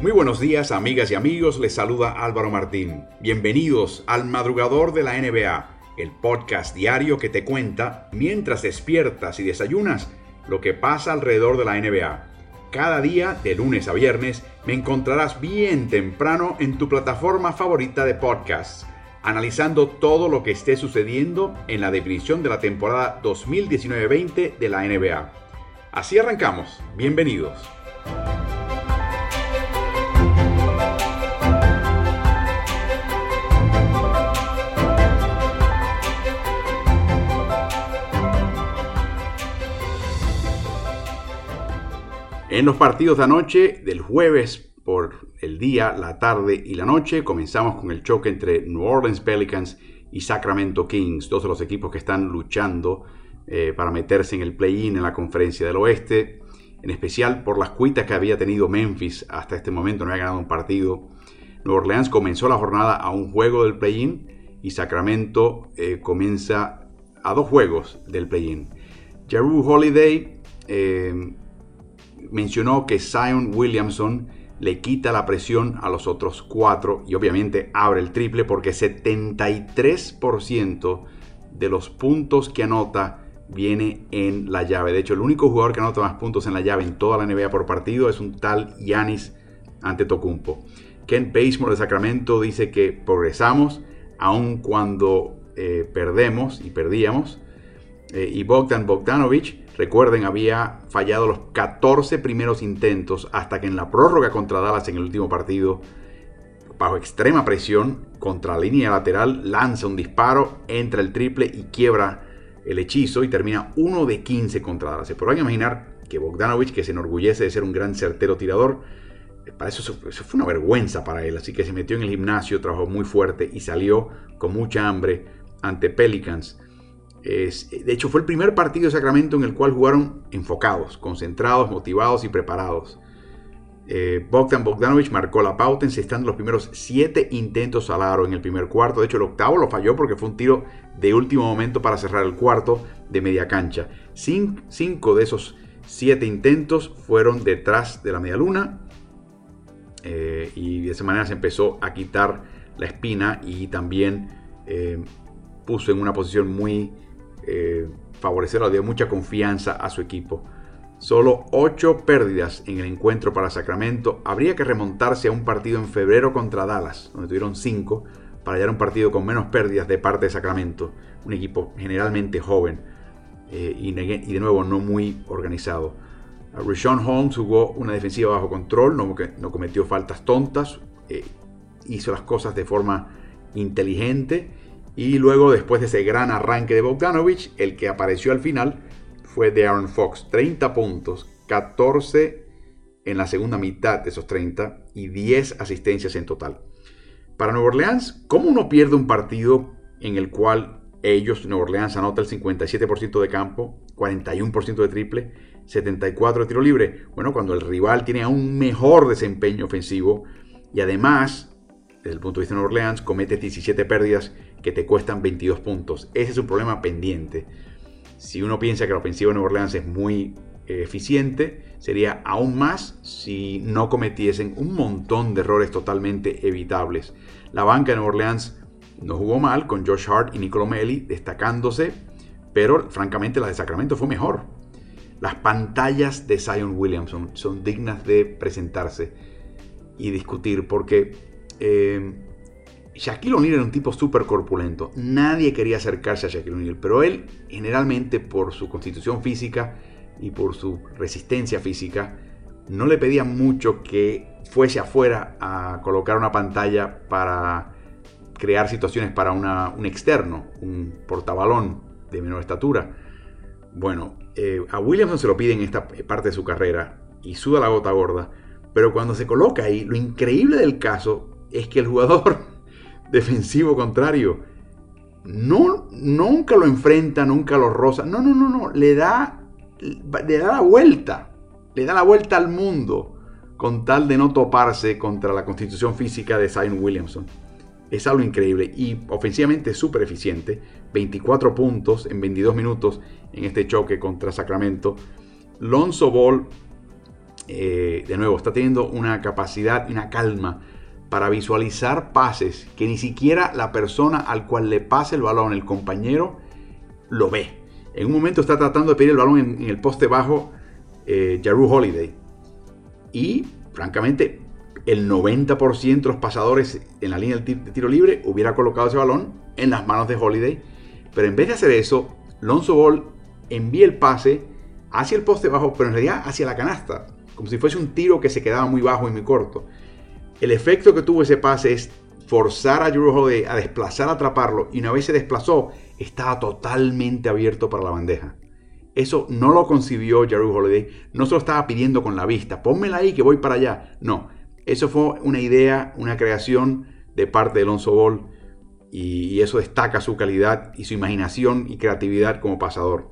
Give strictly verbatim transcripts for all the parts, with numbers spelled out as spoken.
Muy buenos días, amigas y amigos, les saluda Álvaro Martín. Bienvenidos al Madrugador de la N B A, el podcast diario que te cuenta, mientras despiertas y desayunas, lo que pasa alrededor de la N B A. Cada día, de lunes a viernes, me encontrarás bien temprano en tu plataforma favorita de podcasts, analizando todo lo que esté sucediendo en la definición de la temporada dos mil diecinueve veinte de la N B A. Así arrancamos. Bienvenidos. En los partidos de anoche, del jueves por el día, la tarde y la noche, comenzamos con el choque entre New Orleans Pelicans y Sacramento Kings, dos de los equipos que están luchando eh, para meterse en el play-in en la Conferencia del Oeste, en especial por las cuitas que había tenido Memphis hasta este momento, no había ganado un partido. New Orleans comenzó la jornada a un juego del play-in y Sacramento eh, comienza a dos juegos del play-in. Jrue Holiday eh, mencionó que Zion Williamson le quita la presión a los otros cuatro y obviamente abre el triple porque setenta y tres por ciento de los puntos que anota viene en la llave. De hecho, el único jugador que anota más puntos en la llave en toda la N B A por partido es un tal Giannis Antetokounmpo. Ken Bazemore de Sacramento dice que progresamos aun cuando eh, perdemos y perdíamos. Eh, y Bogdan Bogdanovic, recuerden, había fallado los catorce primeros intentos hasta que en la prórroga contra Dallas en el último partido, bajo extrema presión, contra la línea lateral, lanza un disparo, entra el triple y quiebra el hechizo y termina uno de quince contra Dallas. Se podrán imaginar que Bogdanovic, que se enorgullece de ser un gran certero tirador, para eso, eso fue una vergüenza para él. Así que se metió en el gimnasio, trabajó muy fuerte y salió con mucha hambre ante Pelicans. Es, de hecho, fue el primer partido de Sacramento en el cual jugaron enfocados, concentrados, motivados y preparados. Eh, Bogdan Bogdanovic marcó la pauta encestando los primeros siete intentos al aro en el primer cuarto. De hecho, el octavo lo falló porque fue un tiro de último momento para cerrar el cuarto de media cancha. Cin- cinco de esos siete intentos fueron detrás de la media luna. Eh, y de esa manera se empezó a quitar la espina y también eh, puso en una posición muy Eh, favorecerlo, dio mucha confianza a su equipo. Solo ocho pérdidas en el encuentro para Sacramento. Habría que remontarse a un partido en febrero contra Dallas, donde tuvieron cinco, para hallar un partido con menos pérdidas de parte de Sacramento, un equipo generalmente joven eh, y, y de nuevo no muy organizado. Richaun Holmes jugó una defensiva bajo control, no, no cometió faltas tontas, eh, hizo las cosas de forma inteligente. Y luego, después de ese gran arranque de Bogdanovic, el que apareció al final fue De'Aaron Fox. treinta puntos, catorce en la segunda mitad de esos treinta y diez asistencias en total. Para Nueva Orleans, ¿cómo uno pierde un partido en el cual ellos, Nueva Orleans, anota el cincuenta y siete por ciento de campo, cuarenta y uno por ciento de triple, setenta y cuatro por ciento de tiro libre? Bueno, cuando el rival tiene aún mejor desempeño ofensivo y además, desde el punto de vista de Nueva Orleans, comete diecisiete pérdidas que te cuestan veintidós puntos. Ese es un problema pendiente. Si uno piensa que la ofensiva de Nueva Orleans es muy eh, eficiente, sería aún más si no cometiesen un montón de errores totalmente evitables. La banca de Nueva Orleans no jugó mal, con Josh Hart y Nicolo Melli destacándose, pero francamente la de Sacramento fue mejor. Las pantallas de Zion Williamson son dignas de presentarse y discutir porque Eh, Shaquille O'Neal era un tipo súper corpulento. Nadie quería acercarse a Shaquille O'Neal, pero él, generalmente por su constitución física y por su resistencia física, no le pedía mucho que fuese afuera a colocar una pantalla para crear situaciones para una, un externo, un portabalón de menor estatura. Bueno, eh, a Williamson se lo pide en esta parte de su carrera y suda la gota gorda, pero cuando se coloca ahí, lo increíble del caso es que el jugador defensivo contrario no, nunca lo enfrenta, nunca lo roza. No, no, no, no. Le da, le da la vuelta. Le da la vuelta al mundo con tal de no toparse contra la constitución física de Zion Williamson. Es algo increíble y ofensivamente súper eficiente. veinticuatro puntos en veintidós minutos en este choque contra Sacramento. Lonzo Ball eh, de nuevo, está teniendo una capacidad y una calma para visualizar pases que ni siquiera la persona al cual le pase el balón, el compañero, lo ve. En un momento está tratando de pedir el balón en, en el poste bajo eh, Jrue Holiday. Y, francamente, el noventa por ciento de los pasadores en la línea de tiro libre hubiera colocado ese balón en las manos de Holiday. Pero en vez de hacer eso, Lonzo Ball envía el pase hacia el poste bajo, pero en realidad hacia la canasta, como si fuese un tiro que se quedaba muy bajo y muy corto. El efecto que tuvo ese pase es forzar a Jrue Holiday a desplazar, a atraparlo, y una vez se desplazó, estaba totalmente abierto para la bandeja. Eso no lo concibió Jrue Holiday, no se lo estaba pidiendo con la vista, pónmela ahí que voy para allá. No, eso fue una idea, una creación de parte de Lonzo Ball, y eso destaca su calidad y su imaginación y creatividad como pasador.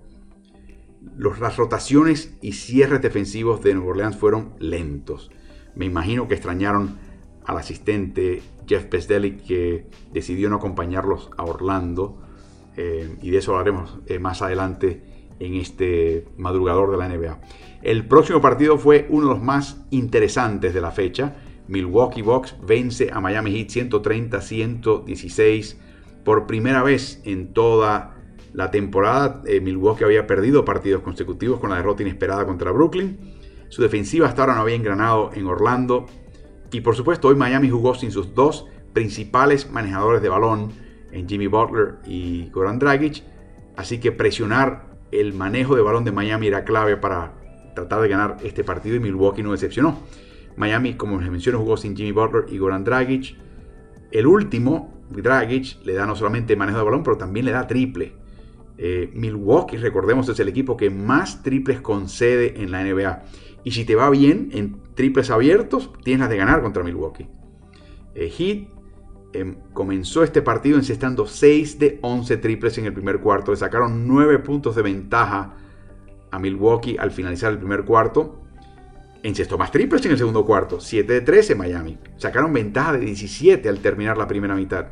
Los, las rotaciones y cierres defensivos de Nueva Orleans fueron lentos. Me imagino que extrañaron al asistente Jeff Bzdelik, que decidió no acompañarlos a Orlando, eh, y de eso hablaremos eh, más adelante en este madrugador de la N B A. El próximo partido fue uno de los más interesantes de la fecha. Milwaukee Bucks vence a Miami Heat ciento treinta a ciento dieciséis. Por primera vez en toda la temporada, eh, Milwaukee había perdido partidos consecutivos con la derrota inesperada contra Brooklyn. Su defensiva hasta ahora no había engranado en Orlando. Y por supuesto, hoy Miami jugó sin sus dos principales manejadores de balón, en Jimmy Butler y Goran Dragic. Así que presionar el manejo de balón de Miami era clave para tratar de ganar este partido, y Milwaukee no decepcionó. Miami, como les mencioné, jugó sin Jimmy Butler y Goran Dragic. El último, Dragic, le da no solamente manejo de balón, pero también le da triple. Eh, Milwaukee, recordemos, es el equipo que más triples concede en la N B A. Y si te va bien en triples abiertos, tienes las de ganar contra Milwaukee. Eh, Heat eh, comenzó este partido encestando seis de once triples en el primer cuarto. Le sacaron nueve puntos de ventaja a Milwaukee al finalizar el primer cuarto. Encestó más triples en el segundo cuarto, siete de trece Miami. Sacaron ventaja de diecisiete al terminar la primera mitad.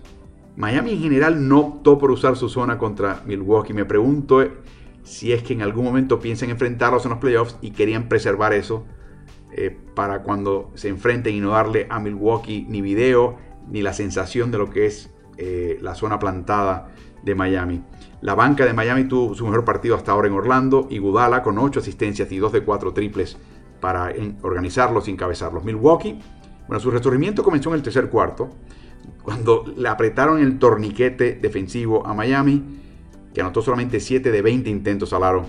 Miami en general no optó por usar su zona contra Milwaukee. Me pregunto si es que en algún momento piensan enfrentarlos en los playoffs y querían preservar eso eh, para cuando se enfrenten y no darle a Milwaukee ni video ni la sensación de lo que es eh, la zona plantada de Miami. La banca de Miami tuvo su mejor partido hasta ahora en Orlando. Iguodala con ocho asistencias y dos de cuatro triples para organizarlos y encabezarlos. Milwaukee, bueno, su resurgimiento comenzó en el tercer cuarto, cuando le apretaron el torniquete defensivo a Miami, que anotó solamente siete de veinte intentos al aro.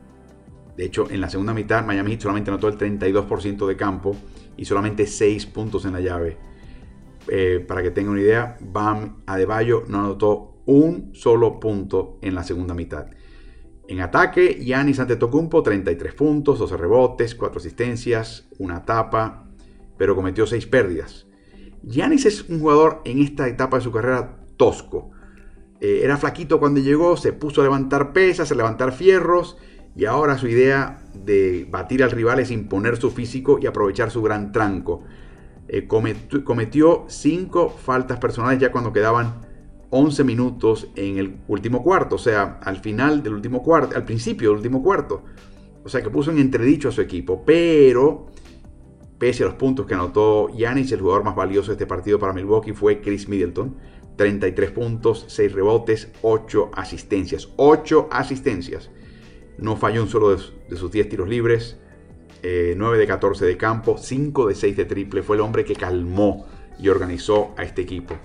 De hecho, en la segunda mitad, Miami Heat solamente anotó el treinta y dos por ciento de campo y solamente seis puntos en la llave. Eh, para que tengan una idea, Bam Adebayo no anotó un solo punto en la segunda mitad. En ataque, Giannis Antetokounmpo, treinta y tres puntos, doce rebotes, cuatro asistencias, una tapa, pero cometió seis pérdidas. Giannis es un jugador en esta etapa de su carrera tosco. Eh, era flaquito cuando llegó, se puso a levantar pesas, a levantar fierros, y ahora su idea de batir al rival es imponer su físico y aprovechar su gran tranco. Eh, cometió, cometió cinco faltas personales ya cuando quedaban once minutos en el último cuarto, o sea, al final del último cuarto, al principio del último cuarto. O sea, que puso en entredicho a su equipo, pero pese a los puntos que anotó Giannis, el jugador más valioso de este partido para Milwaukee fue Chris Middleton. treinta y tres puntos, seis rebotes, ocho asistencias. ocho asistencias. No falló un solo de, de sus diez tiros libres. Eh, nueve de catorce de campo, cinco de seis de triple. Fue el hombre que calmó y organizó a este equipo.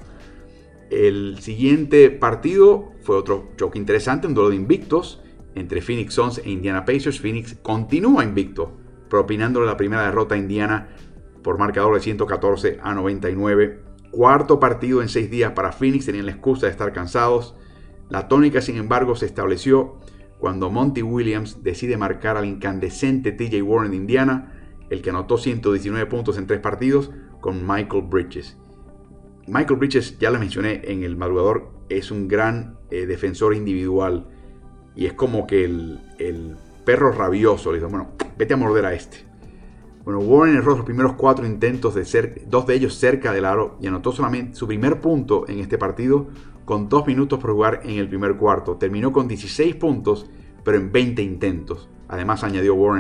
El siguiente partido fue otro choque interesante, un duelo de invictos entre Phoenix Suns e Indiana Pacers. Phoenix continúa invicto, propinándole la primera derrota a Indiana por marcador de ciento catorce a noventa y nueve. Cuarto partido en seis días para Phoenix, tenían la excusa de estar cansados. La tónica, sin embargo, se estableció cuando Monty Williams decide marcar al incandescente T J Warren de Indiana, el que anotó ciento diecinueve puntos en tres partidos, con Michael Bridges. Michael Bridges, ya lo mencioné en el madrugador, es un gran eh, defensor individual, y es como que el, el perro rabioso le dice, bueno, vete a morder a este. Bueno, Warren erró los primeros cuatro intentos, de ser, dos de ellos cerca del aro, y anotó solamente su primer punto en este partido con dos minutos por jugar en el primer cuarto. Terminó con dieciséis puntos, pero en veinte intentos. Además, añadió Warren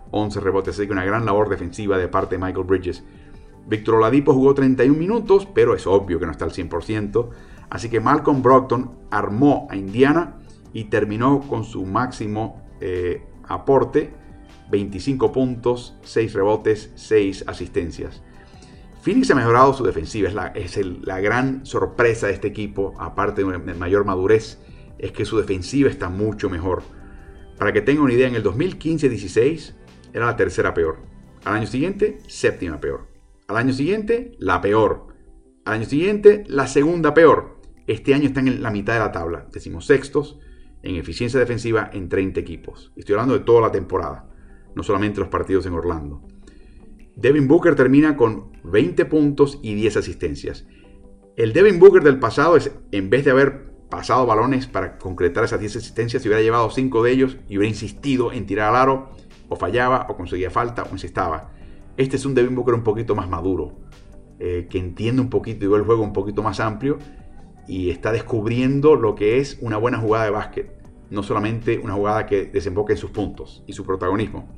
once rebotes, así que una gran labor defensiva de parte de Michael Bridges. Victor Oladipo jugó treinta y un minutos, pero es obvio que no está al cien por ciento, así que Malcolm Brogdon armó a Indiana y terminó con su máximo eh, aporte, veinticinco puntos, seis rebotes, seis asistencias. Phoenix ha mejorado su defensiva, es, la, es el, la gran sorpresa de este equipo, aparte de mayor madurez, es que su defensiva está mucho mejor. Para que tengan una idea, en el dos mil quince dieciséis era la tercera peor, al año siguiente, séptima peor, al año siguiente, la peor, al año siguiente, la segunda peor. Este año están en la mitad de la tabla, decimosextos en eficiencia defensiva en treinta equipos. Estoy hablando de toda la temporada, no solamente los partidos en Orlando. Devin Booker termina con veinte puntos y diez asistencias. El Devin Booker del pasado es, en vez de haber pasado balones para concretar esas diez asistencias, si hubiera llevado cinco de ellos y hubiera insistido en tirar al aro, o fallaba, o conseguía falta, o encestaba. Este es un Devin Booker un poquito más maduro, eh, que entiende un poquito y ve el juego un poquito más amplio y está descubriendo lo que es una buena jugada de básquet, no solamente una jugada que desemboque en sus puntos y su protagonismo.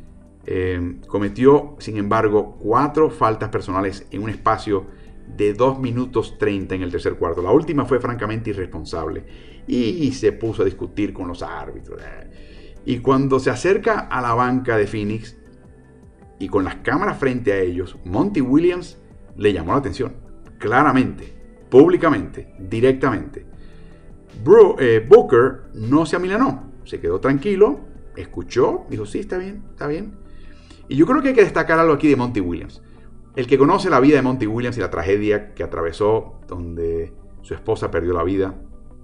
Eh, cometió, sin embargo, cuatro faltas personales en un espacio de dos minutos treinta en el tercer cuarto. La última fue francamente irresponsable y se puso a discutir con los árbitros. Y cuando se acerca a la banca de Phoenix y con las cámaras frente a ellos, Monty Williams le llamó la atención, claramente, públicamente, directamente. Bro, eh, Booker no se amilanó, se quedó tranquilo, escuchó, dijo sí, está bien, está bien. Y yo creo que hay que destacar algo aquí de Monty Williams. El que conoce la vida de Monty Williams y la tragedia que atravesó, donde su esposa perdió la vida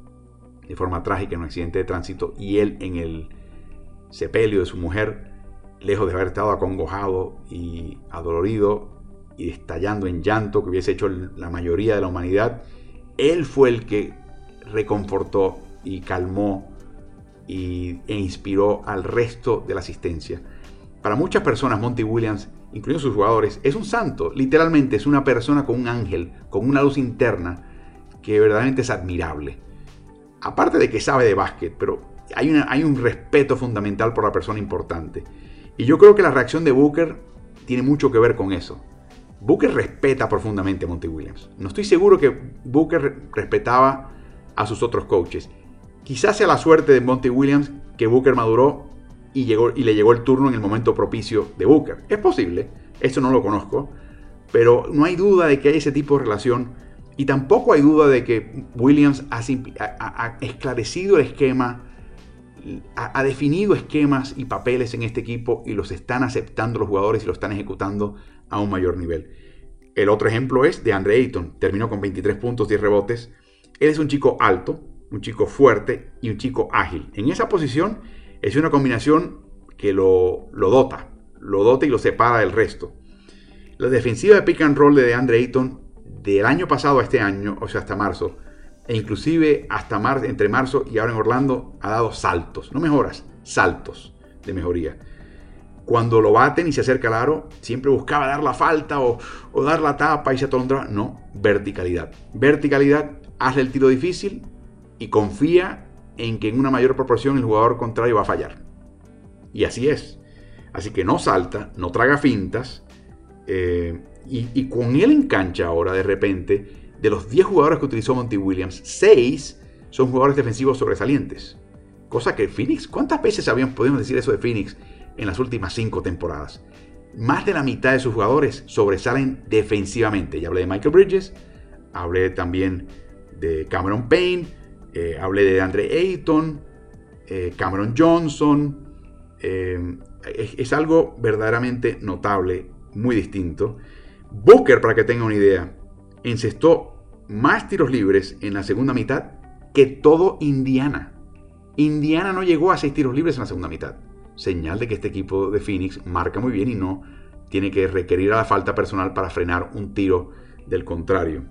de forma trágica en un accidente de tránsito y él en el sepelio de su mujer, lejos de haber estado acongojado y adolorido y estallando en llanto que hubiese hecho la mayoría de la humanidad, él fue el que reconfortó y calmó y, e inspiró al resto de la asistencia. Para muchas personas, Monty Williams, incluyendo sus jugadores, es un santo. Literalmente es una persona con un ángel, con una luz interna que verdaderamente es admirable. Aparte de que sabe de básquet, pero hay, una, hay un respeto fundamental por la persona importante. Y yo creo que la reacción de Booker tiene mucho que ver con eso. Booker respeta profundamente a Monty Williams. No estoy seguro que Booker respetaba a sus otros coaches. Quizás sea la suerte de Monty Williams que Booker maduró y, llegó, y le llegó el turno en el momento propicio de Booker. Es posible, eso no lo conozco, pero no hay duda de que hay ese tipo de relación y tampoco hay duda de que Williams ha, ha, ha esclarecido el esquema, ha, ha definido esquemas y papeles en este equipo y los están aceptando los jugadores y los están ejecutando a un mayor nivel. El otro ejemplo es de DeAndre Ayton, terminó con veintitrés puntos, diez rebotes. Él es un chico alto, un chico fuerte y un chico ágil. En esa posición es una combinación que lo, lo dota, lo dota y lo separa del resto. La defensiva de pick and roll de DeAndre Ayton del año pasado a este año, o sea, hasta marzo, e inclusive hasta mar, entre marzo y ahora en Orlando, ha dado saltos, no mejoras, saltos de mejoría. Cuando lo baten y se acerca al aro, siempre buscaba dar la falta o, o dar la tapa y se atolondraba. No, verticalidad. Verticalidad, hazle el tiro difícil y confía en que en una mayor proporción el jugador contrario va a fallar. Y así es. Así que no salta, no traga fintas. Eh, y, y con él en cancha ahora, de repente, de los diez jugadores que utilizó Monty Williams, seis son jugadores defensivos sobresalientes. Cosa que Phoenix, ¿cuántas veces habíamos, podemos decir eso de Phoenix en las últimas cinco temporadas? Más de la mitad de sus jugadores sobresalen defensivamente. Ya hablé de Michael Bridges, hablé también de Cameron Payne, eh, hablé de DeAndre Ayton, eh, Cameron Johnson. Eh, es, es algo verdaderamente notable, muy distinto. Booker, para que tenga una idea, encestó más tiros libres en la segunda mitad que todo Indiana. Indiana no llegó a seis tiros libres en la segunda mitad. Señal de que este equipo de Phoenix marca muy bien y no tiene que requerir a la falta personal para frenar un tiro del contrario.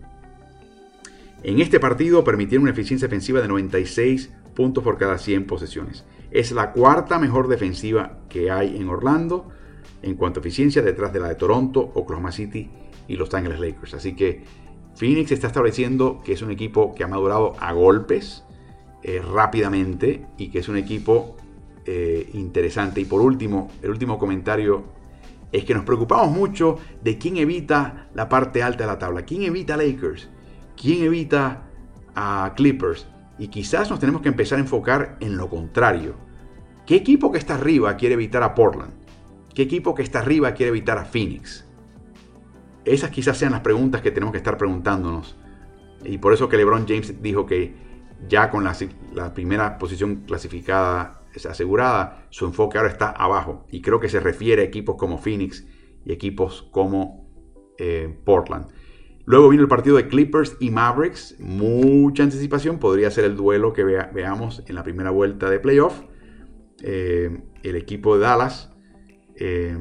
En este partido permitieron una eficiencia defensiva de noventa y seis puntos por cada cien posesiones. Es la cuarta mejor defensiva que hay en Orlando en cuanto a eficiencia, detrás de la de Toronto, Oklahoma City y Los Ángeles Lakers. Así que Phoenix está estableciendo que es un equipo que ha madurado a golpes, eh, rápidamente, y que es un equipo eh, interesante. Y por último, el último comentario es que nos preocupamos mucho de quién evita la parte alta de la tabla. ¿Quién evita a Lakers? ¿Quién evita a Clippers? Y quizás nos tenemos que empezar a enfocar en lo contrario. ¿Qué equipo que está arriba quiere evitar a Portland? ¿Qué equipo que está arriba quiere evitar a Phoenix? Esas quizás sean las preguntas que tenemos que estar preguntándonos. Y por eso que LeBron James dijo que ya con la, la primera posición clasificada asegurada, su enfoque ahora está abajo. Y creo que se refiere a equipos como Phoenix y equipos como eh, Portland. Luego vino el partido de Clippers y Mavericks. Mucha anticipación. Podría ser el duelo que vea, veamos en la primera vuelta de playoff. Eh, el equipo de Dallas eh,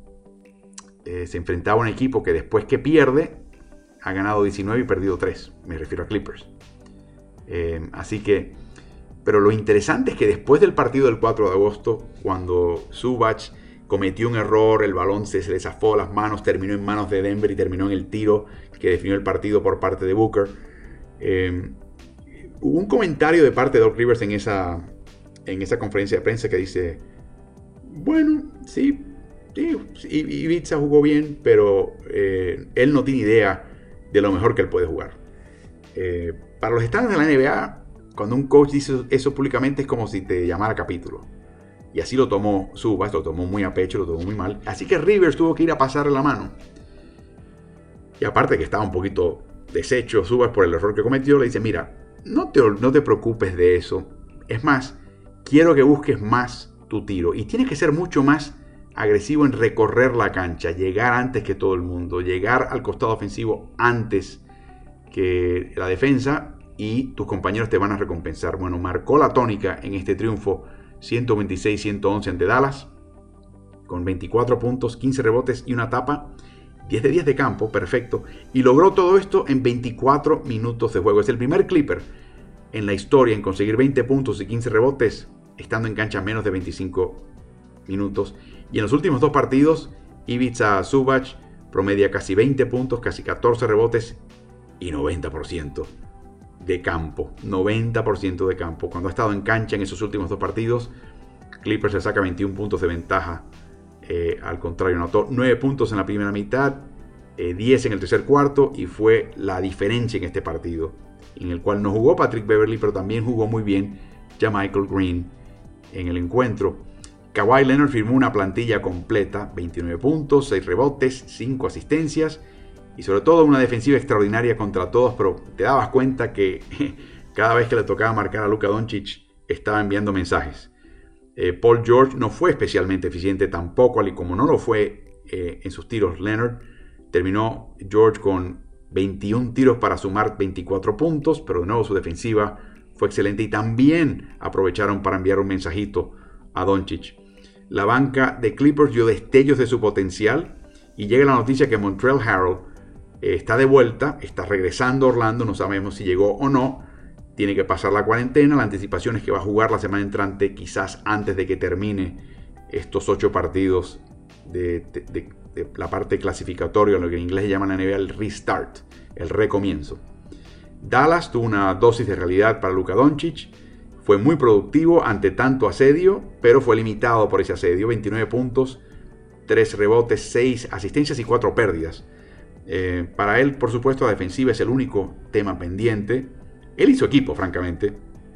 eh, se enfrentaba a un equipo que después que pierde ha ganado diecinueve y perdido tres. Me refiero a Clippers. Eh, así que... Pero lo interesante es que después del partido del cuatro de agosto, cuando Zubac cometió un error, el balón se, se le zafó de las manos, terminó en manos de Denver y terminó en el tiro que definió el partido por parte de Booker. Eh, hubo un comentario de parte de Doc Rivers en esa, en esa conferencia de prensa que dice, bueno, sí, sí Ivica jugó bien, pero eh, él no tiene idea de lo mejor que él puede jugar. Eh, para los estándares de la N B A, cuando un coach dice eso públicamente es como si te llamara capítulo. Y así lo tomó Zubac, lo tomó muy a pecho, lo tomó muy mal. Así que Rivers tuvo que ir a pasarle la mano. Y aparte que estaba un poquito deshecho Zubac por el error que cometió, le dice, mira, no te, no te preocupes de eso. Es más, quiero que busques más tu tiro. Y tienes que ser mucho más agresivo en recorrer la cancha, llegar antes que todo el mundo, llegar al costado ofensivo antes que la defensa, y tus compañeros te van a recompensar. Bueno, marcó la tónica en este triunfo ciento veintiséis a ciento once ante Dallas, con veinticuatro puntos, quince rebotes y una tapa, diez de diez de campo, perfecto, y logró todo esto en veinticuatro minutos de juego. Es el primer Clipper en la historia en conseguir veinte puntos y quince rebotes estando en cancha menos de veinticinco minutos, y en los últimos dos partidos Ivica Zubac promedia casi veinte puntos, casi catorce rebotes y noventa por ciento de campo, noventa por ciento de campo. Cuando ha estado en cancha en esos últimos dos partidos, Clippers le saca veintiún puntos de ventaja. Eh, al contrario, anotó nueve puntos en la primera mitad, eh, diez en el tercer cuarto, y fue la diferencia en este partido, en el cual no jugó Patrick Beverley, pero también jugó muy bien JaMychal Green en el encuentro. Kawhi Leonard firmó una plantilla completa, veintinueve puntos, seis rebotes, cinco asistencias, y sobre todo una defensiva extraordinaria contra todos, pero te dabas cuenta que cada vez que le tocaba marcar a Luka Doncic estaba enviando mensajes. Eh, Paul George no fue especialmente eficiente tampoco, al como no lo fue eh, en sus tiros Leonard. Terminó George con veintiún tiros para sumar veinticuatro puntos, pero de nuevo su defensiva fue excelente y también aprovecharon para enviar un mensajito a Doncic. La banca de Clippers dio destellos de su potencial y llega la noticia que Montrezl Harrell está de vuelta, está regresando a Orlando, no sabemos si llegó o no, tiene que pasar la cuarentena, la anticipación es que va a jugar la semana entrante, quizás antes de que termine estos ocho partidos de, de, de, de la parte clasificatoria, lo que en inglés se llama en la N B A el restart, el recomienzo. Dallas tuvo una dosis de realidad para Luka Doncic, fue muy productivo ante tanto asedio, pero fue limitado por ese asedio, veintinueve puntos, tres rebotes, seis asistencias y cuatro pérdidas. Eh, para él, por supuesto, la defensiva es el único tema pendiente. Él y su equipo, francamente.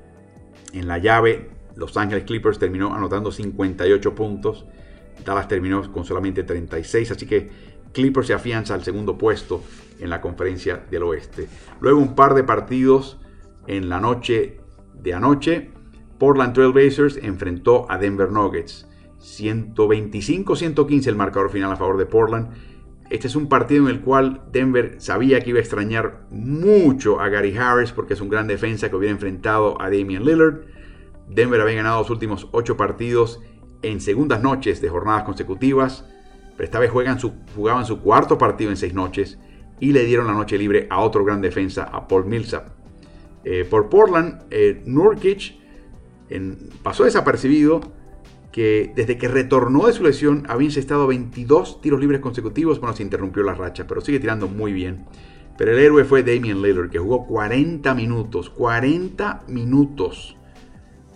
En la llave, Los Ángeles Clippers terminó anotando cincuenta y ocho puntos. Dallas terminó con solamente treinta y seis. Así que Clippers se afianza al segundo puesto en la conferencia del oeste. Luego un par de partidos en la noche de anoche. Portland Trail Blazers enfrentó a Denver Nuggets. ciento veinticinco a ciento quince el marcador final a favor de Portland. Este es un partido en el cual Denver sabía que iba a extrañar mucho a Gary Harris porque es un gran defensa que hubiera enfrentado a Damian Lillard. Denver había ganado los últimos ocho partidos en segundas noches de jornadas consecutivas, pero esta vez juegan su, jugaban su cuarto partido en seis noches y le dieron la noche libre a otro gran defensa, a Paul Millsap. Eh, por Portland, eh, Nurkic en, pasó desapercibido, que desde que retornó de su lesión había encestado veintidós tiros libres consecutivos. Bueno, se interrumpió la racha, pero sigue tirando muy bien. Pero el héroe fue Damian Lillard, que jugó cuarenta minutos, cuarenta minutos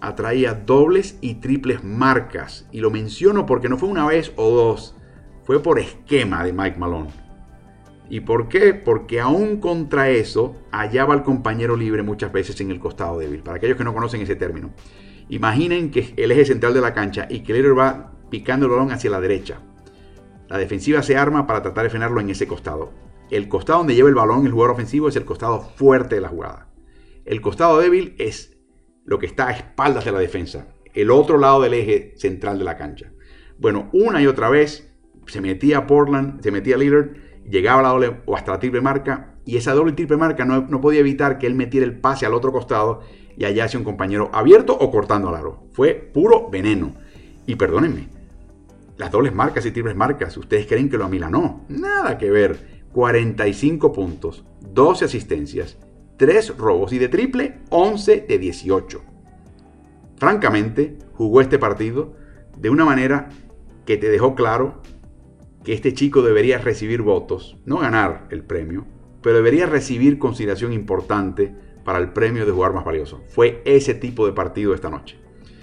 atraía dobles y triples marcas. Y lo menciono porque no fue una vez o dos, fue por esquema de Mike Malone. ¿Y por qué? Porque aún contra eso hallaba al compañero libre muchas veces en el costado débil. Para aquellos que no conocen ese término, imaginen que el eje central de la cancha y que Lillard va picando el balón hacia la derecha. La defensiva se arma para tratar de frenarlo en ese costado. El costado donde lleva el balón el jugador ofensivo es el costado fuerte de la jugada. El costado débil es lo que está a espaldas de la defensa, el otro lado del eje central de la cancha. Bueno, una y otra vez se metía Portland, se metía Lillard, llegaba a la doble o hasta la triple marca, y esa doble y triple marca no, no podía evitar que él metiera el pase al otro costado y allá hacia un compañero abierto o cortando al aro. Fue puro veneno. Y perdónenme, las dobles marcas y triples marcas, ¿ustedes creen que lo amilanó? Nada que ver. cuarenta y cinco puntos, doce asistencias, tres robos y de triple, once de dieciocho. Francamente, jugó este partido de una manera que te dejó claro que este chico debería recibir votos, no ganar el premio, pero debería recibir consideración importante para el premio de jugador más valioso. Fue ese tipo de partido esta noche.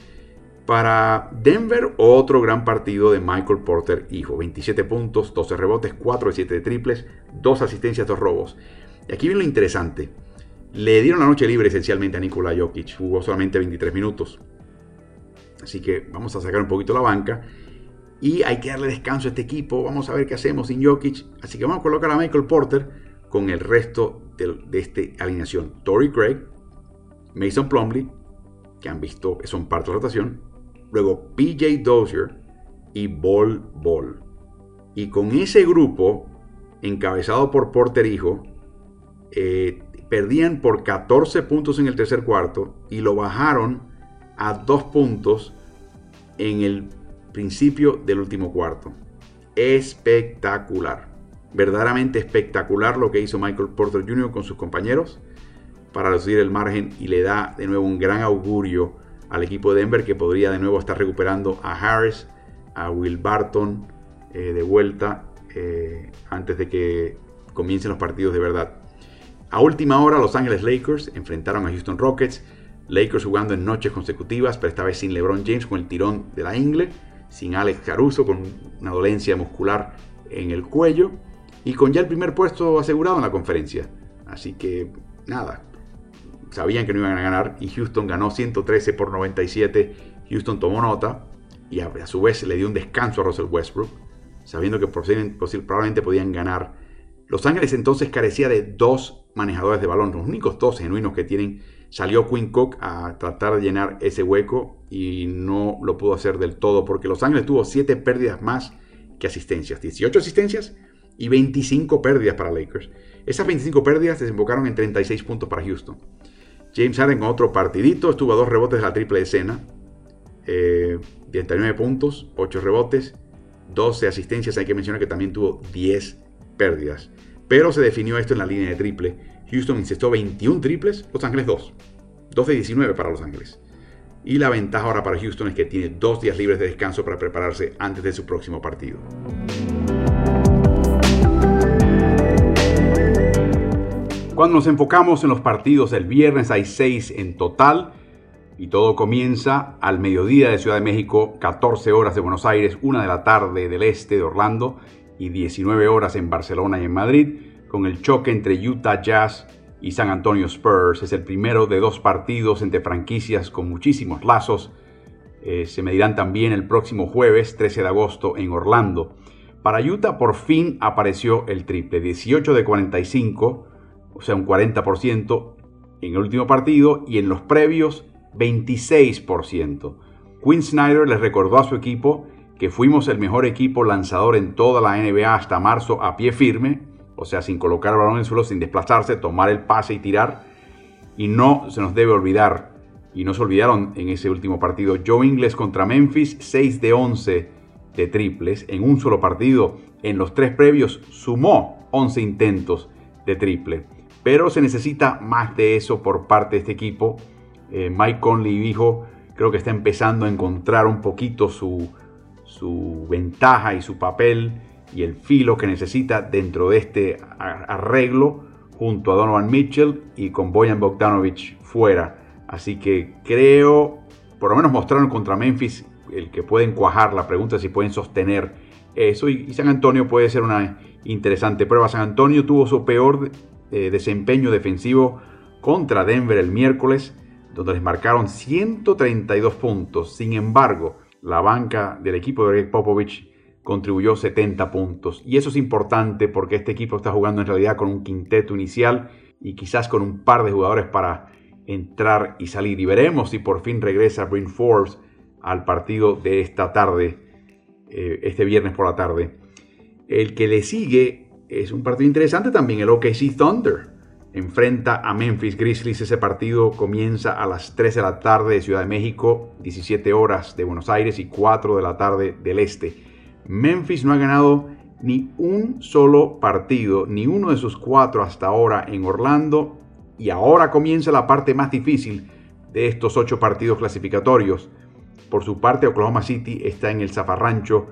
Para Denver, otro gran partido de Michael Porter hijo. veintisiete puntos, doce rebotes, cuatro de siete de triples, dos asistencias, dos robos. Y aquí viene lo interesante. Le dieron la noche libre esencialmente a Nikola Jokic. Jugó solamente veintitrés minutos. Así que vamos a sacar un poquito la banca. Y hay que darle descanso a este equipo. Vamos a ver qué hacemos sin Jokic. Así que vamos a colocar a Michael Porter con el resto de, de esta alineación. Torrey Craig, Mason Plumlee, que han visto, son parte de la rotación. Luego P J Dozier y Bol Bol. Y con ese grupo, encabezado por Porter hijo, eh, perdían por catorce puntos en el tercer cuarto y lo bajaron a dos puntos en el principio del último cuarto. Espectacular. Verdaderamente espectacular lo que hizo Michael Porter junior con sus compañeros para reducir el margen, y le da de nuevo un gran augurio al equipo de Denver, que podría de nuevo estar recuperando a Harris, a Will Barton eh, de vuelta eh, antes de que comiencen los partidos de verdad. A última hora, Los Ángeles Lakers enfrentaron a Houston Rockets. Lakers jugando en noches consecutivas, pero esta vez sin LeBron James con el tirón de la ingle, sin Alex Caruso con una dolencia muscular en el cuello y con ya el primer puesto asegurado en la conferencia. Así que nada, sabían que no iban a ganar y Houston ganó ciento trece por noventa y siete. Houston tomó nota y a, a su vez le dio un descanso a Russell Westbrook, sabiendo que probablemente podían ganar. Los Ángeles entonces carecía de dos manejadores de balón, los únicos dos genuinos que tienen. Salió Quinn Cook a tratar de llenar ese hueco y no lo pudo hacer del todo, porque Los Ángeles tuvo siete pérdidas más que asistencias, dieciocho asistencias y veinticinco pérdidas para Lakers. Esas veinticinco pérdidas desembocaron en treinta y seis puntos para Houston. James Harden con otro partidito, estuvo a dos rebotes de la triple decena, eh, treinta y nueve puntos, ocho rebotes, doce asistencias. Hay que mencionar que también tuvo diez pérdidas, pero se definió esto en la línea de triple. Houston incestó veintiún triples, Los Ángeles dos, dos de diecinueve para Los Ángeles. Y la ventaja ahora para Houston es que tiene dos días libres de descanso para prepararse antes de su próximo partido. Cuando nos enfocamos en los partidos del viernes, hay seis en total y todo comienza al mediodía de Ciudad de México, catorce horas de Buenos Aires, una de la tarde del este de Orlando y diecinueve horas en Barcelona y en Madrid, con el choque entre Utah Jazz y San Antonio Spurs. Es el primero de dos partidos entre franquicias con muchísimos lazos. Eh, se medirán también el próximo jueves, trece de agosto, en Orlando. Para Utah por fin apareció el triple, dieciocho de cuarenta y cinco, o sea un cuarenta por ciento en el último partido, y en los previos veintiséis por ciento. Quinn Snyder les recordó a su equipo que fuimos el mejor equipo lanzador en toda la N B A hasta marzo a pie firme, o sea, sin colocar el balón en el suelo, sin desplazarse, tomar el pase y tirar. Y no se nos debe olvidar, y no se olvidaron en ese último partido, Joe Ingles contra Memphis, seis de once de triples en un solo partido. En los tres previos sumó once intentos de triple. Pero se necesita más de eso por parte de este equipo. Eh, Mike Conley dijo, creo que está empezando a encontrar un poquito su, su ventaja y su papel y el filo que necesita dentro de este arreglo junto a Donovan Mitchell y con Bojan Bogdanovic fuera. Así que creo por lo menos mostraron contra Memphis el que pueden cuajar. La pregunta es si pueden sostener eso, y, y San Antonio puede ser una interesante prueba. San Antonio tuvo su peor eh, desempeño defensivo contra Denver el miércoles, donde les marcaron ciento treinta y dos puntos. Sin embargo, la banca del equipo de Greg Popovich contribuyó setenta puntos. Y eso es importante porque este equipo está jugando en realidad con un quinteto inicial y quizás con un par de jugadores para entrar y salir. Y veremos si por fin regresa Bryn Forbes al partido de esta tarde, eh, este viernes por la tarde. El que le sigue es un partido interesante también, el O K C Thunder enfrenta a Memphis Grizzlies. Ese partido comienza a las tres de la tarde de Ciudad de México, diecisiete horas de Buenos Aires y cuatro de la tarde del Este. Memphis no ha ganado ni un solo partido, ni uno de sus cuatro hasta ahora en Orlando, y ahora comienza la parte más difícil de estos ocho partidos clasificatorios. Por su parte, Oklahoma City está en el zafarrancho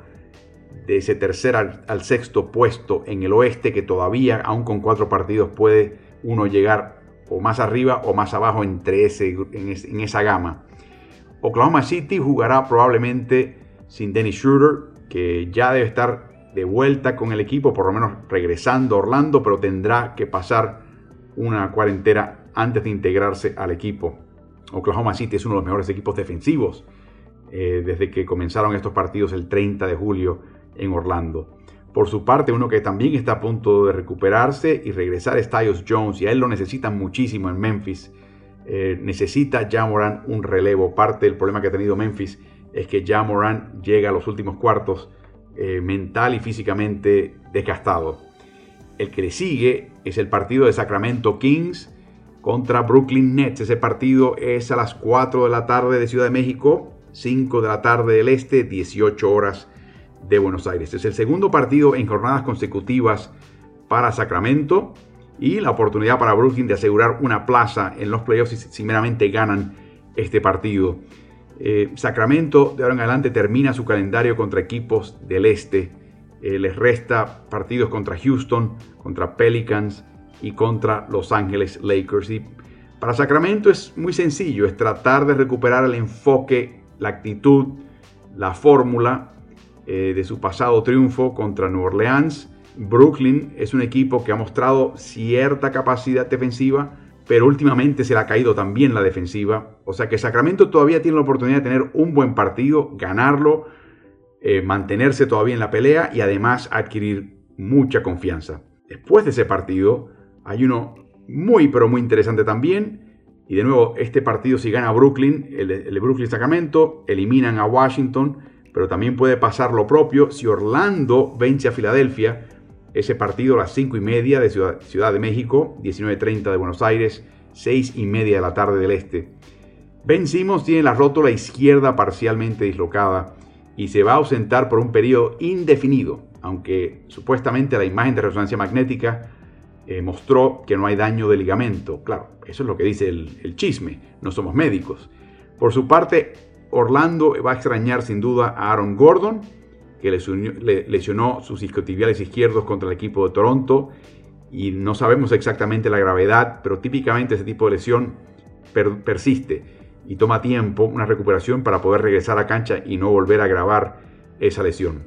de ese tercer al, al sexto puesto en el oeste, que todavía, aún con cuatro partidos, puede uno llegar o más arriba o más abajo entre ese, en, ese, en esa gama. Oklahoma City jugará probablemente sin Dennis Schroeder, que ya debe estar de vuelta con el equipo, por lo menos regresando a Orlando, pero tendrá que pasar una cuarentena antes de integrarse al equipo. Oklahoma City es uno de los mejores equipos defensivos eh, desde que comenzaron estos partidos el treinta de julio en Orlando. Por su parte, uno que también está a punto de recuperarse y regresar es Tyus Jones, y a él lo necesitan muchísimo en Memphis. Eh, necesita Ja Morant un relevo. Parte del problema que ha tenido Memphis es que Ja Morant llega a los últimos cuartos eh, mental y físicamente desgastado. El que le sigue es el partido de Sacramento Kings contra Brooklyn Nets. Ese partido es a las cuatro de la tarde de Ciudad de México, cinco de la tarde del Este, dieciocho horas de Buenos Aires. Es el segundo partido en jornadas consecutivas para Sacramento y la oportunidad para Brooklyn de asegurar una plaza en los playoffs si, si meramente ganan este partido. Eh, Sacramento de ahora en adelante termina su calendario contra equipos del Este. Eh, les resta partidos contra Houston, contra Pelicans y contra Los Ángeles Lakers. Y para Sacramento es muy sencillo, es tratar de recuperar el enfoque, la actitud, la fórmula eh, de su pasado triunfo contra Nueva Orleans. Brooklyn es un equipo que ha mostrado cierta capacidad defensiva, pero últimamente se le ha caído también la defensiva. O sea que Sacramento todavía tiene la oportunidad de tener un buen partido, ganarlo, eh, mantenerse todavía en la pelea y además adquirir mucha confianza. Después de ese partido hay uno muy pero muy interesante también. Y de nuevo, este partido, si gana Brooklyn, el, el Brooklyn-Sacramento, eliminan a Washington, pero también puede pasar lo propio si Orlando vence a Filadelfia. Ese partido a las cinco y media de Ciudad, Ciudad de México, diecinueve treinta de Buenos Aires, seis y media de la tarde del Este. Ben Simmons tiene la rótula izquierda parcialmente dislocada y se va a ausentar por un periodo indefinido, aunque supuestamente la imagen de resonancia magnética eh, mostró que no hay daño de ligamento. Claro, eso es lo que dice el, el chisme, no somos médicos. Por su parte, Orlando va a extrañar sin duda a Aaron Gordon, que lesionó sus isquiotibiales izquierdos contra el equipo de Toronto, y no sabemos exactamente la gravedad, pero típicamente ese tipo de lesión per persiste y toma tiempo, una recuperación para poder regresar a cancha y no volver a agravar esa lesión.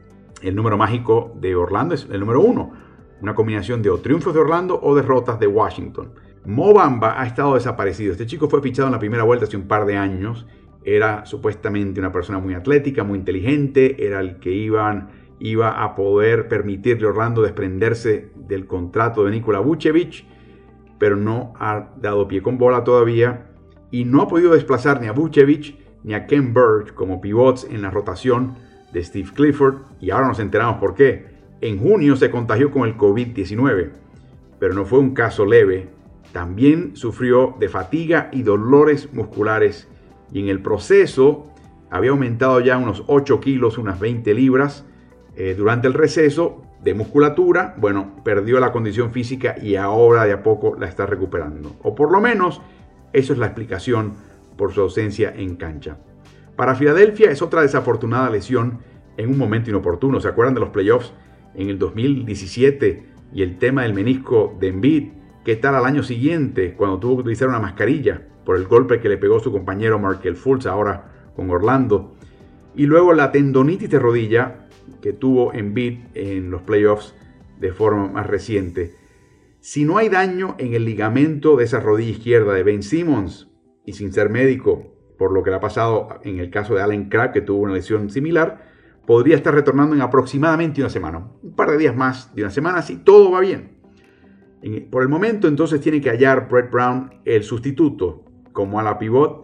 El número mágico de Orlando es el número uno, una combinación de o triunfos de Orlando o derrotas de Washington. Mo Bamba ha estado desaparecido. Este chico fue fichado en la primera vuelta hace un par de años. Era supuestamente una persona muy atlética, muy inteligente, era el que iban, iba a poder permitirle a Orlando desprenderse del contrato de Nikola Vucevic, pero no ha dado pie con bola todavía y no ha podido desplazar ni a Vucevic ni a Ken Burge como pivots en la rotación de Steve Clifford, y ahora nos enteramos por qué. En junio se contagió con el COVID diecinueve, pero no fue un caso leve, también sufrió de fatiga y dolores musculares. Y en el proceso había aumentado ya unos ocho kilos, unas veinte libras. Eh, durante el receso de musculatura, bueno, perdió la condición física y ahora de a poco la está recuperando. O por lo menos, eso es la explicación por su ausencia en cancha. Para Filadelfia es otra desafortunada lesión en un momento inoportuno. ¿Se acuerdan de los playoffs en el dos mil diecisiete y el tema del menisco de Embiid? ¿Qué tal al año siguiente cuando tuvo que utilizar una mascarilla? por el golpe que le pegó su compañero Markelle Fultz ahora con Orlando. Y luego la tendonitis de rodilla que tuvo Embiid en los playoffs de forma más reciente. Si no hay daño en el ligamento de esa rodilla izquierda de Ben Simmons, y sin ser médico, por lo que le ha pasado en el caso de Allen Crabbe, que tuvo una lesión similar, podría estar retornando en aproximadamente una semana. Un par de días más de una semana, si todo va bien. Por el momento, entonces, tiene que hallar Brett Brown el sustituto como ala pivot.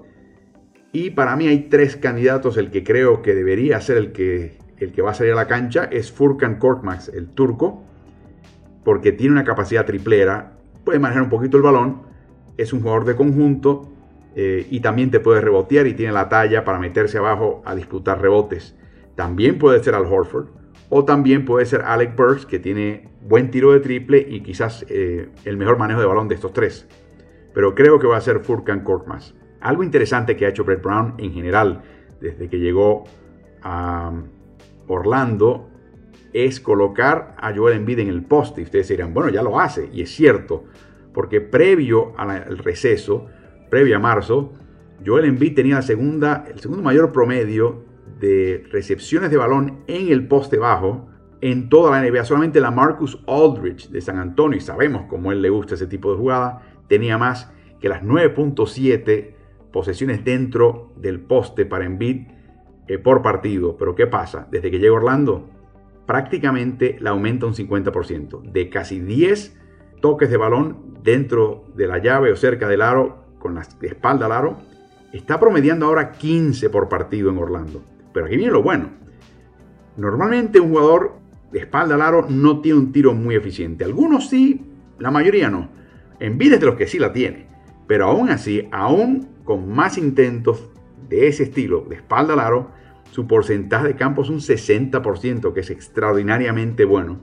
Y para mí hay tres candidatos. El que creo que debería ser el que, el que va a salir a la cancha es Furkan Korkmaz, el turco, porque tiene una capacidad triplera, puede manejar un poquito el balón, es un jugador de conjunto eh, y también te puede rebotear y tiene la talla para meterse abajo a disputar rebotes. También puede ser Al Horford o también puede ser Alec Burks, que tiene buen tiro de triple y quizás eh, el mejor manejo de balón de estos tres. Pero creo que va a ser Furkan Korkmaz. Algo interesante que ha hecho Brett Brown en general desde que llegó a Orlando es colocar a Joel Embiid en el poste. Y ustedes dirán, bueno, ya lo hace. Y es cierto, porque previo al receso, previo a marzo, Joel Embiid tenía la segunda, el segundo mayor promedio de recepciones de balón en el poste bajo en toda la N B A. Solamente la Marcus Aldridge de San Antonio, y sabemos cómo a él le gusta ese tipo de jugada, tenía más que las nueve punto siete posesiones dentro del poste para Embiid eh, por partido. Pero ¿qué pasa? Desde que llega Orlando, prácticamente la aumenta un cincuenta por ciento. De casi diez toques de balón dentro de la llave o cerca del aro, con la espalda al aro, está promediando ahora quince por partido en Orlando. Pero aquí viene lo bueno. Normalmente un jugador de espalda al aro no tiene un tiro muy eficiente. Algunos sí, la mayoría no. Embiid es de los que sí la tiene. Pero aún así, aún con más intentos de ese estilo, de espalda al aro, su porcentaje de campo es un sesenta por ciento, que es extraordinariamente bueno.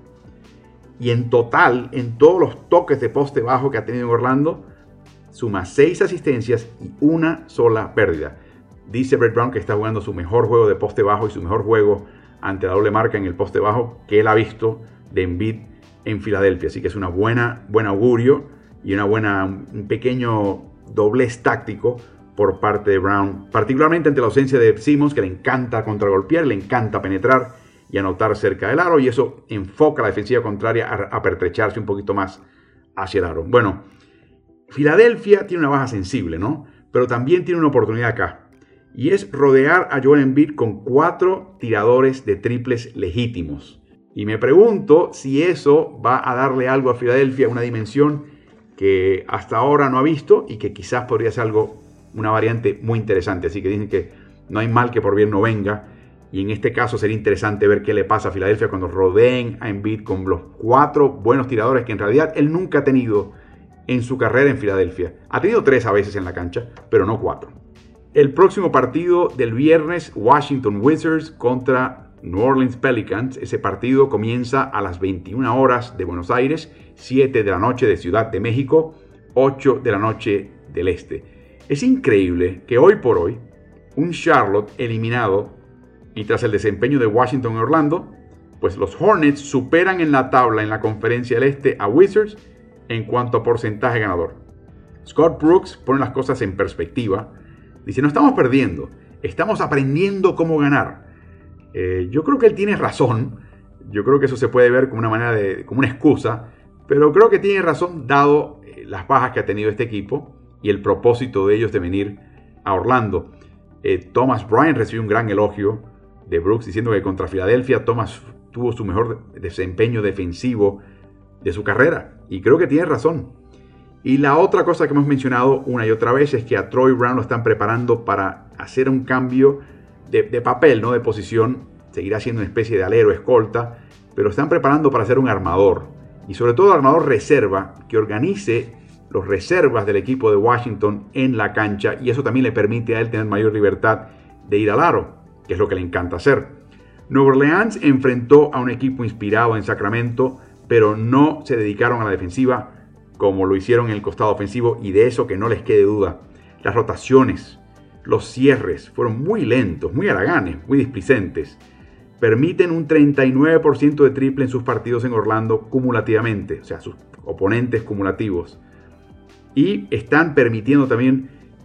Y en total, en todos los toques de poste bajo que ha tenido en Orlando, suma seis asistencias y una sola pérdida. Dice Brett Brown que está jugando su mejor juego de poste bajo y su mejor juego ante la doble marca en el poste bajo que él ha visto de Embiid en Filadelfia. Así que es una buena, buen augurio y una buena, un pequeño doblez táctico por parte de Brown, particularmente ante la ausencia de Simmons, que le encanta contragolpear, le encanta penetrar y anotar cerca del aro, y eso enfoca a la defensiva contraria a, a pertrecharse un poquito más hacia el aro. Bueno, Filadelfia tiene una baja sensible, ¿no? Pero también tiene una oportunidad acá, y es rodear a Joel Embiid con cuatro tiradores de triples legítimos. Y me pregunto si eso va a darle algo a Filadelfia, una dimensión que hasta ahora no ha visto y que quizás podría ser algo, una variante muy interesante. Así que dicen que no hay mal que por bien no venga. Y en este caso sería interesante ver qué le pasa a Filadelfia cuando rodeen a Embiid con los cuatro buenos tiradores que en realidad él nunca ha tenido en su carrera en Filadelfia. Ha tenido tres a veces en la cancha, pero no cuatro. El próximo partido del viernes, Washington Wizards contra New Orleans Pelicans. Ese partido comienza a las veintiuna horas de Buenos Aires, siete de la noche de Ciudad de México, ocho de la noche del Este. Es increíble que hoy por hoy, un Charlotte eliminado y tras el desempeño de Washington en Orlando, pues los Hornets superan en la tabla en la Conferencia del Este a Wizards en cuanto a porcentaje ganador. Scott Brooks pone las cosas en perspectiva. Dice, no estamos perdiendo, estamos aprendiendo cómo ganar. Eh, yo creo que él tiene razón. Yo creo que eso se puede ver como una manera de, como una excusa, pero creo que tiene razón dado eh, las bajas que ha tenido este equipo y el propósito de ellos de venir a Orlando. Eh, Thomas Bryant recibió un gran elogio de Brooks diciendo que contra Filadelfia Thomas tuvo su mejor desempeño defensivo de su carrera, y creo que tiene razón. Y la otra cosa que hemos mencionado una y otra vez es que a Troy Brown lo están preparando para hacer un cambio de, de papel, no de posición. Seguirá siendo una especie de alero, escolta, pero están preparando para ser un armador, y sobre todo armador reserva, que organice los reservas del equipo de Washington en la cancha, y eso también le permite a él tener mayor libertad de ir al aro, que es lo que le encanta hacer. Nueva Orleans enfrentó a un equipo inspirado en Sacramento, pero no se dedicaron a la defensiva como lo hicieron en el costado ofensivo, y de eso que no les quede duda. Las rotaciones, los cierres fueron muy lentos, muy haraganes, muy displicentes. Permiten un treinta y nueve por ciento de triple en sus partidos en Orlando cumulativamente, o sea, sus oponentes cumulativos. Y están permitiendo también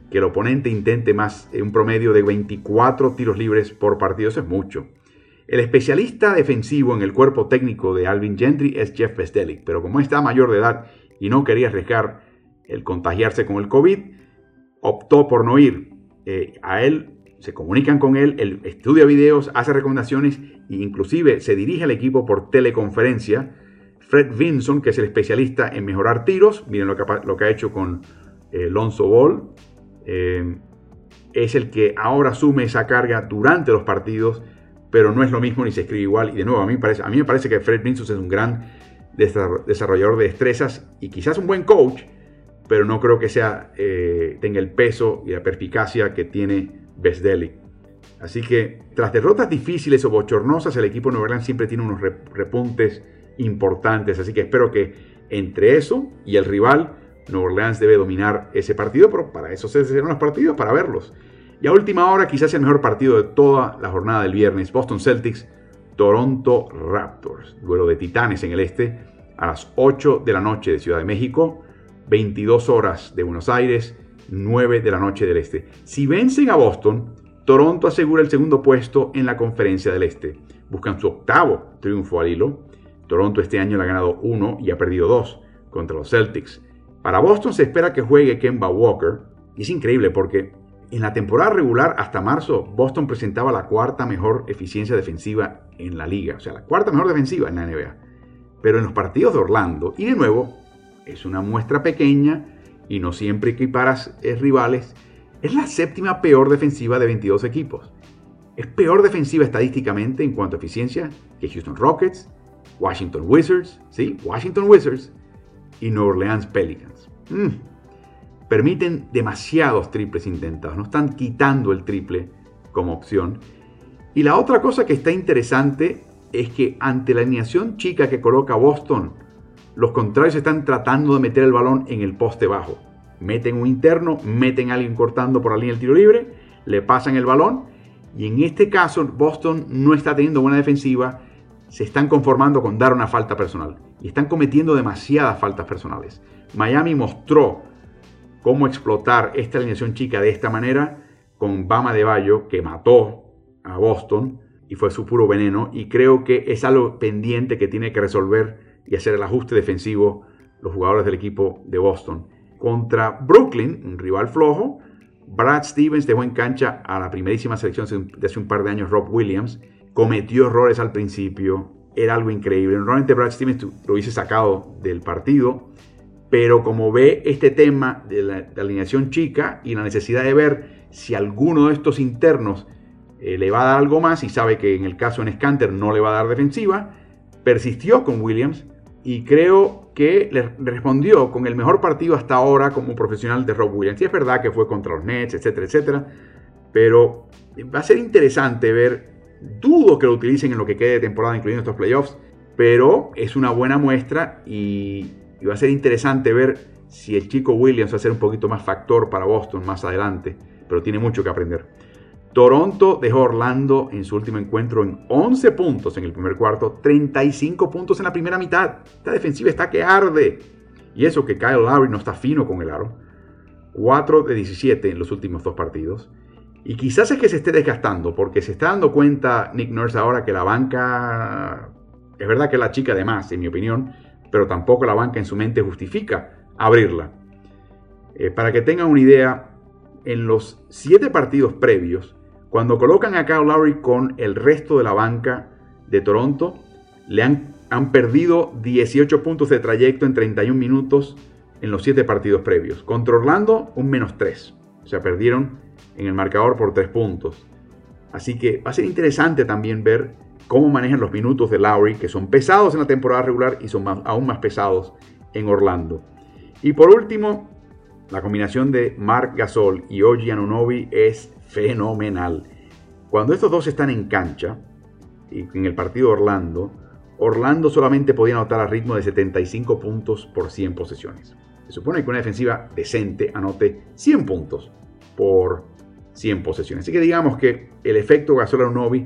que el oponente intente más un promedio de veinticuatro tiros libres por partido. Eso es mucho. El especialista defensivo en el cuerpo técnico de Alvin Gentry es Jeff Bzdelik, pero como está mayor de edad y no quería arriesgar el contagiarse con el COVID, optó por no ir. Eh, a él se comunican con él, él estudia videos, hace recomendaciones e inclusive se dirige al equipo por teleconferencia. Fred Vinson, que es el especialista en mejorar tiros, miren lo que, lo que ha hecho con eh, Lonzo Ball, eh, es el que ahora asume esa carga durante los partidos, pero no es lo mismo ni se escribe igual. Y de nuevo, a mí me parece, a mí me parece que Fred Vinson es un gran desarrollador de destrezas y quizás un buen coach, pero no creo que sea, eh, tenga el peso y la perspicacia que tiene Bzdelik. Así que tras derrotas difíciles o bochornosas, el equipo de Nueva Orleans siempre tiene unos repuntes importantes. Así que espero que entre eso y el rival, Nueva Orleans debe dominar ese partido, pero para eso se hicieron los partidos, para verlos. Y a última hora, quizás el mejor partido de toda la jornada del viernes, Boston Celtics, Toronto Raptors. Duelo de titanes en el este, a las ocho de la noche de Ciudad de México, veintidós horas de Buenos Aires, nueve de la noche del este. Si vencen a Boston, Toronto asegura el segundo puesto en la conferencia del este. Buscan su octavo triunfo al hilo. Toronto este año le ha ganado uno y ha perdido dos contra los Celtics. Para Boston se espera que juegue Kemba Walker. Y es increíble porque en la temporada regular hasta marzo, Boston presentaba la cuarta mejor eficiencia defensiva en la liga. O sea, la cuarta mejor defensiva en la N B A. Pero en los partidos de Orlando, y de nuevo, es una muestra pequeña y no siempre equiparas eh, rivales, es la séptima peor defensiva de veintidós equipos. Es peor defensiva estadísticamente en cuanto a eficiencia que Houston Rockets, Washington Wizards, ¿sí? Washington Wizards y New Orleans Pelicans. Mm. Permiten demasiados triples intentados, no están quitando el triple como opción. Y la otra cosa que está interesante es que ante la alineación chica que coloca Boston, los contrarios están tratando de meter el balón en el poste bajo. Meten un interno, meten a alguien cortando por la línea del tiro libre, le pasan el balón y en este caso Boston no está teniendo buena defensiva, se están conformando con dar una falta personal y están cometiendo demasiadas faltas personales. Miami mostró cómo explotar esta alineación chica de esta manera con Bam Adebayo, que mató a Boston y fue su puro veneno, y creo que es algo pendiente que tiene que resolver y hacer el ajuste defensivo los jugadores del equipo de Boston. Contra Brooklyn, un rival flojo, Brad Stevens dejó en cancha a la primerísima selección de hace un par de años, Rob Williams. Cometió errores al principio, era algo increíble. Normalmente Brad Stevens lo hubiese sacado del partido, pero como ve este tema de la, de la alineación chica y la necesidad de ver si alguno de estos internos eh, le va a dar algo más, y sabe que en el caso de Scanter no le va a dar defensiva, persistió con Williams y creo que le respondió con el mejor partido hasta ahora como profesional de Rob Williams. Y es verdad que fue contra los Nets, etcétera, etcétera, pero va a ser interesante ver. Dudo que lo utilicen en lo que quede de temporada, incluyendo estos playoffs, pero es una buena muestra y, y va a ser interesante ver si el chico Williams va a ser un poquito más factor para Boston más adelante, pero tiene mucho que aprender. Toronto dejó a Orlando en su último encuentro en once puntos en el primer cuarto, treinta y cinco puntos en la primera mitad. Esta defensiva está que arde. Y eso que Kyle Lowry no está fino con el aro. cuatro de diecisiete en los últimos dos partidos. Y quizás es que se esté desgastando, porque se está dando cuenta Nick Nurse ahora que la banca, es verdad que es la chica de más, en mi opinión, pero tampoco la banca en su mente justifica abrirla. Eh, para que tengan una idea, en los siete partidos previos, cuando colocan a Kyle Lowry con el resto de la banca de Toronto, le han, han perdido dieciocho puntos de trayecto en treinta y un minutos en los siete partidos previos. Contra Orlando, un menos tres. O sea, perdieron en el marcador por tres puntos. Así que va a ser interesante también ver cómo manejan los minutos de Lowry, que son pesados en la temporada regular y son más, aún más pesados en Orlando. Y por último, la combinación de Marc Gasol y O G Anunoby es fenomenal. Cuando estos dos están en cancha, y en el partido de Orlando, Orlando solamente podía anotar a ritmo de setenta y cinco puntos por cien posesiones. Se supone que una defensiva decente anote cien puntos por cien posesiones. Así que digamos que el efecto Gasol-Anunoby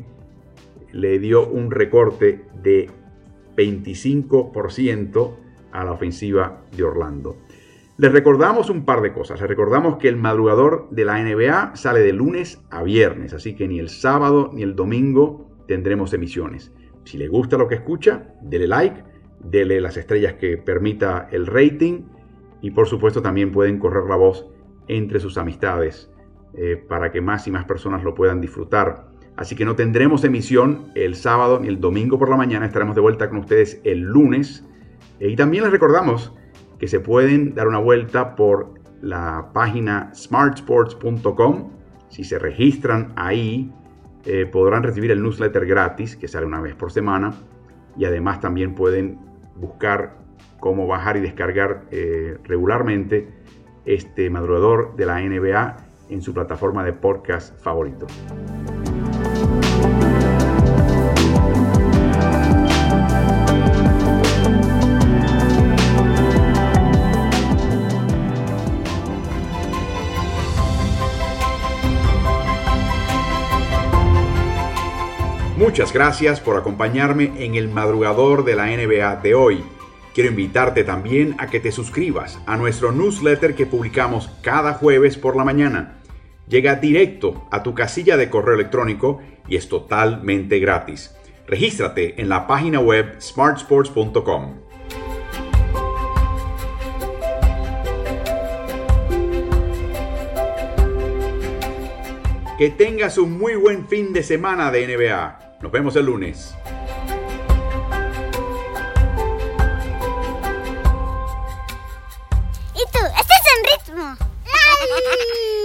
le dio un recorte de veinticinco por ciento a la ofensiva de Orlando. Les recordamos un par de cosas. Les recordamos que el madrugador de la N B A sale de lunes a viernes, así que ni el sábado ni el domingo tendremos emisiones. Si le gusta lo que escucha, dele like, dele las estrellas que permita el rating y por supuesto también pueden correr la voz entre sus amistades eh, para que más y más personas lo puedan disfrutar. Así que no tendremos emisión el sábado ni el domingo por la mañana. Estaremos de vuelta con ustedes el lunes. Eh, y también les recordamos que se pueden dar una vuelta por la página smart sports punto com. Si se registran ahí, eh, podrán recibir el newsletter gratis, que sale una vez por semana. Y además también pueden buscar cómo bajar y descargar eh, regularmente este madrugador de la N B A en su plataforma de podcast favorito. Muchas gracias por acompañarme en el madrugador de la N B A de hoy. Quiero invitarte también a que te suscribas a nuestro newsletter que publicamos cada jueves por la mañana. Llega directo a tu casilla de correo electrónico y es totalmente gratis. Regístrate en la página web smart sports punto com. Que tengas un muy buen fin de semana de N B A. Nos vemos el lunes. ¿Y tú? ¿Estás en ritmo? ¡Ay!